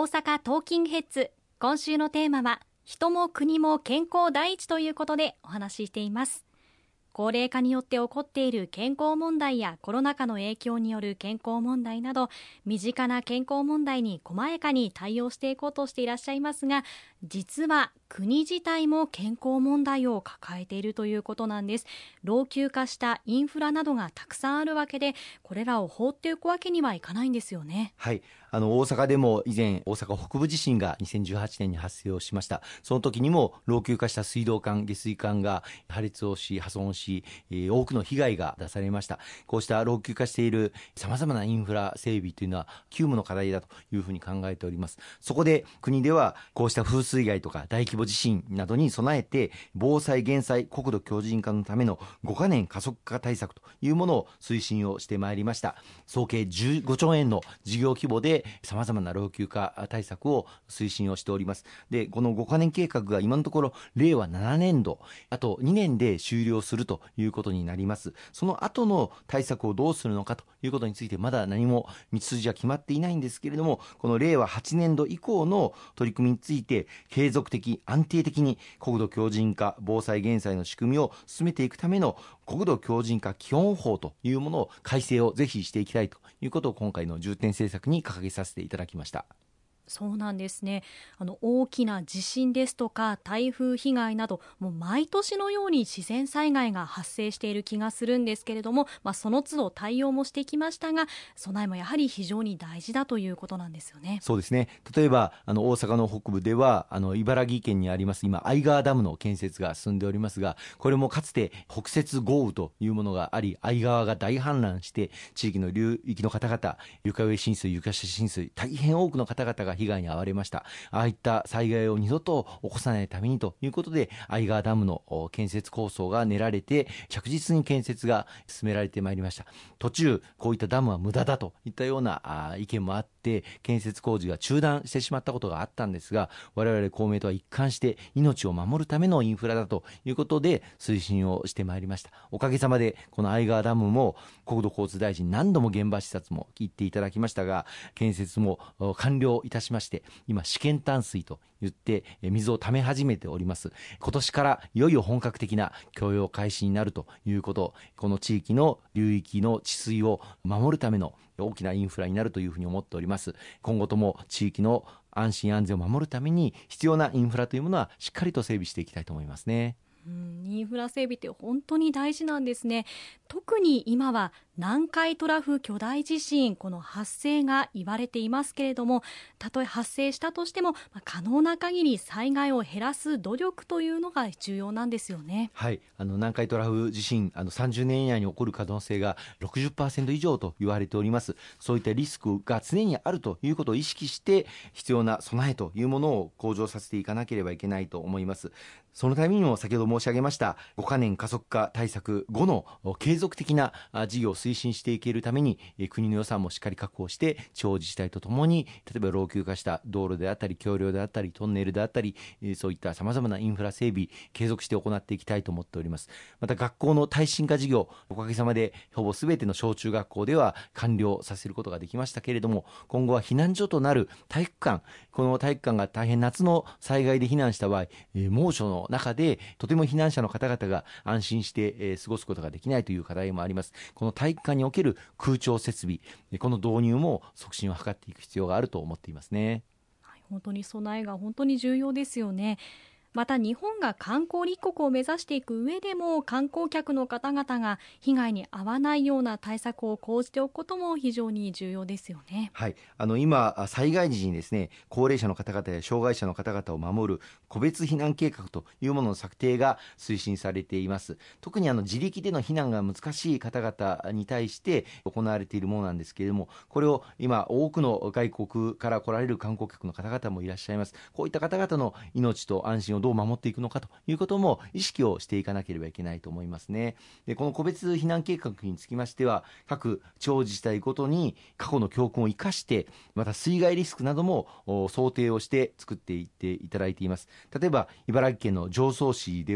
阪トーキングヘッズ、今週のテーマは人も国も健康第一ということでお話ししています。高齢化によって起こっている健康問題やコロナ禍の影響による健康問題など、身近な健康問題に細やかに対応していこうとしていらっしゃいますが、実は国自体も健康問題を抱えているということなんです。老朽化したインフラなどがたくさんあるわけで、これらを放っておくわけにはいかないんですよね。 はい、大阪でも以前大阪北部地震が2018年に発生をしました。その時にも老朽化した水道管、下水管が破裂をし破損し、多くの被害が出されました。こうした老朽化しているさまざまなインフラ整備というのは急務の課題だというふうに考えております。そこで国ではこうした風水害とか大規模地震などに備えて、防災減災国土強靭化のための5カ年加速化対策というものを推進をしてまいりました。総計15兆円の事業規模でさまざまな老朽化対策を推進をしております。で、この5カ年計画が今のところ令和7年度あと2年で終了するということになります。その後の対策をどうするのかということについてまだ何も道筋は決まっていないんですけれども、この令和8年度以降の取り組みについて継続的安定的に国土強靭化防災減災の仕組みを進めていくための国土強靭化基本法というものを改正をぜひしていきたいということを今回の重点政策に掲げさせていただきました。 そうなんですね。大きな地震ですとか台風被害など、もう毎年のように自然災害が発生している気がするんですけれども、その都度対応もしてきましたが、備えもやはり非常に大事だということなんですよね。 そうですね。例えば大阪の北部では茨城県にあります今相川ダムの建設が進んでおりますが、これもかつて北雪豪雨というものがあり、相川が大氾濫して地域の流域の方々、床上浸水床下浸水、大変多くの方々が被害に遭われました。ああいった災害を二度と起こさないためにということで、相川ダムの建設構想が練られて着実に建設が進められてまいりました。途中こういったダムは無駄だといったような意見もあって建設工事が中断してしまったことがあったんですが、我々公明党は一貫して命を守るためのインフラだということで推進をしてまいりました。おかげさまでこの相川ダムも国土交通大臣何度も現場視察も行っていただきましたが、建設も完了いたしまして、今試験淡水と言って水を溜め始めております。今年からいよいよ本格的な供用開始になるということ、この地域の流域の治水を守るための大きなインフラになるというふうに思っております。今後とも地域の安心安全を守るために必要なインフラというものはしっかりと整備していきたいと思いますね。 インフラ整備って本当に大事なんですね。特に今は南海トラフ巨大地震、この発生が言われていますけれども、たとえ発生したとしても可能な限り災害を減らす努力というのが重要なんですよね。 はい、南海トラフ地震30年以内に起こる可能性が 60% 以上と言われております。そういったリスクが常にあるということを意識して必要な備えというものを向上させていかなければいけないと思います。そのためにも先ほど申し上げました5カ年加速化対策後の継続的な事業を推進していけるために国の予算もしっかり確保して地方自治体とともに例えば老朽化した道路であったり橋梁であったりトンネルであったりそういったさまざまなインフラ整備継続して行っていきたいと思っております。また学校の耐震化事業、おかげさまでほぼすべての小中学校では完了させることができましたけれども、今後は避難所となる体育館、この体育館が大変夏の災害で避難した場合猛暑の中でとても避難者の方々が安心して過ごすことができないという課題もあります。この体育館における空調設備、この導入も促進を図っていく必要があると思っていますね。 本当に備えが本当に重要ですよね。また日本が観光立国を目指していく上でも観光客の方々が被害に遭わないような対策を講じておくことも非常に重要ですよね。 はい、今災害時にですね、高齢者の方々や障害者の方々を守る個別避難計画というものの策定が推進されています。特に自力での避難が難しい方々に対して行われているものなんですけれども、これを今多くの外国から来られる観光客の方々もいらっしゃいます。こういった方々の命と安心をどう守っていくのかということも意識をしていかなければいけないと思いますね。で、この個別避難計画につきましては各地方自治体ごとに過去の教訓を生かして、また水害リスクなども想定をして作っていっていただいています。例えば茨城県の常総市では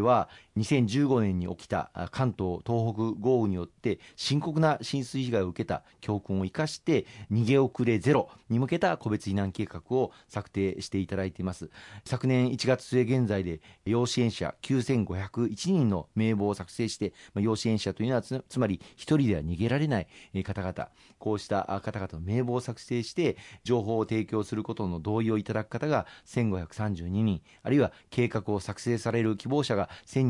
2015年に起きた関東・東北豪雨によって深刻な浸水被害を受けた教訓を生かして逃げ遅れゼロに向けた個別避難計画を策定していただいています。昨年1月末現在で要支援者9501人の名簿を作成して、要支援者というのはつまり一人では逃げられない方々、こうした方々の名簿を作成して情報を提供することの同意をいただく方が1532人、あるいは計画を作成される希望者が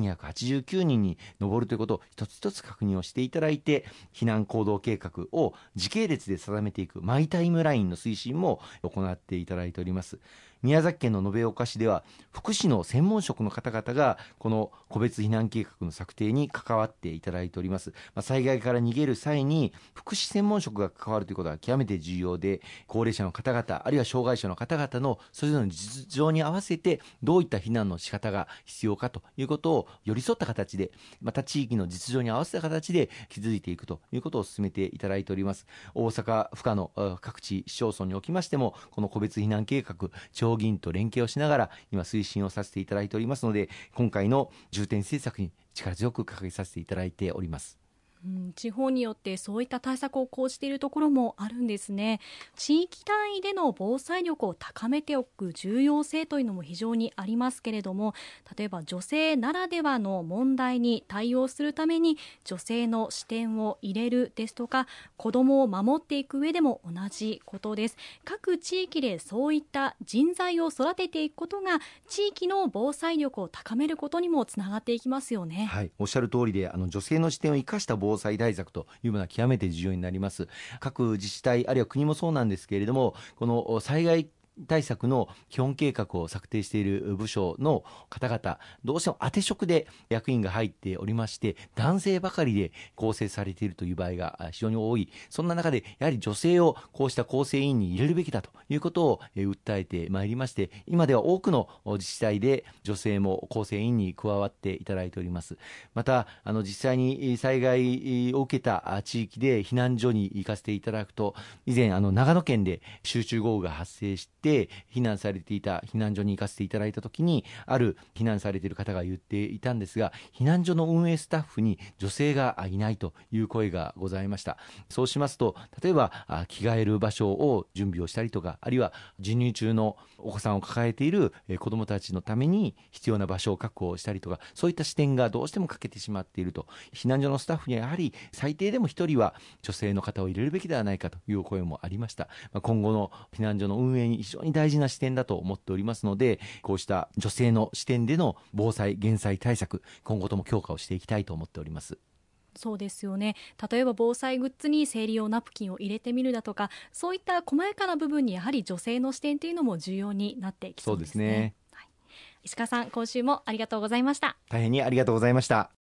1289人に上るということを一つ一つ確認をしていただいて、避難行動計画を時系列で定めていくマイタイムラインの推進も行っていただいております。宮崎県の延岡市では福祉の専門職の方々がこの個別避難計画の策定に関わっていただいております。災害から逃げる際に福祉専門職が関わるということは極めて重要で、高齢者の方々あるいは障害者の方々のそれぞれの実情に合わせてどういった避難の仕方が必要かということを寄り添った形で、また地域の実情に合わせた形で築いていくということを進めていただいております。大阪府下の各地市町村におきましてもこの個別避難計画地方議員と連携をしながら今推進をさせていただいておりますので、今回の重点政策に力強く掲げさせていただいております。 地方によってそういった対策を講じているところもあるんですね。地域単位での防災力を高めておく重要性というのも非常にありますけれども、例えば女性ならではの問題に対応するために女性の視点を入れるですとか、子どもを守っていく上でも同じことです。各地域でそういった人材を育てていくことが地域の防災力を高めることにもつながっていきますよね。 はい、おっしゃる通りで女性の視点を生かした防災対策というものは極めて重要になります。各自治体あるいは国もそうなんですけれども、この災害対策の基本計画を策定している部署の方々、どうしても当て職で役員が入っておりまして、男性ばかりで構成されているという場合が非常に多い。そんな中でやはり女性をこうした構成委員に入れるべきだということを訴えてまいりまして、今では多くの自治体で女性も構成委員に加わっていただいております。また実際に災害を受けた地域で避難所に行かせていただくと、以前長野県で集中豪雨が発生して避難されていた避難所に行かせていただいたときに、ある避難されている方が言っていたんですが、避難所の運営スタッフに女性がいないという声がございました。そうしますと、例えば着替える場所を準備をしたりとか、あるいは授乳中のお子さんを抱えている子どもたちのために必要な場所を確保したりとか、そういった視点がどうしても欠けてしまっていると。避難所のスタッフにはやはり最低でも一人は女性の方を入れるべきではないかという声もありました。今後の避難所の運営に非常に大事な視点だと思っておりますので、こうした女性の視点での防災減災対策、今後とも強化をしていきたいと思っております。 そうですよね。例えば防災グッズに生理用ナプキンを入れてみるだとか、そういった細やかな部分にやはり女性の視点というのも重要になっていきそうですね。はい、石川さん、今週もありがとうございました。 大変にありがとうございました。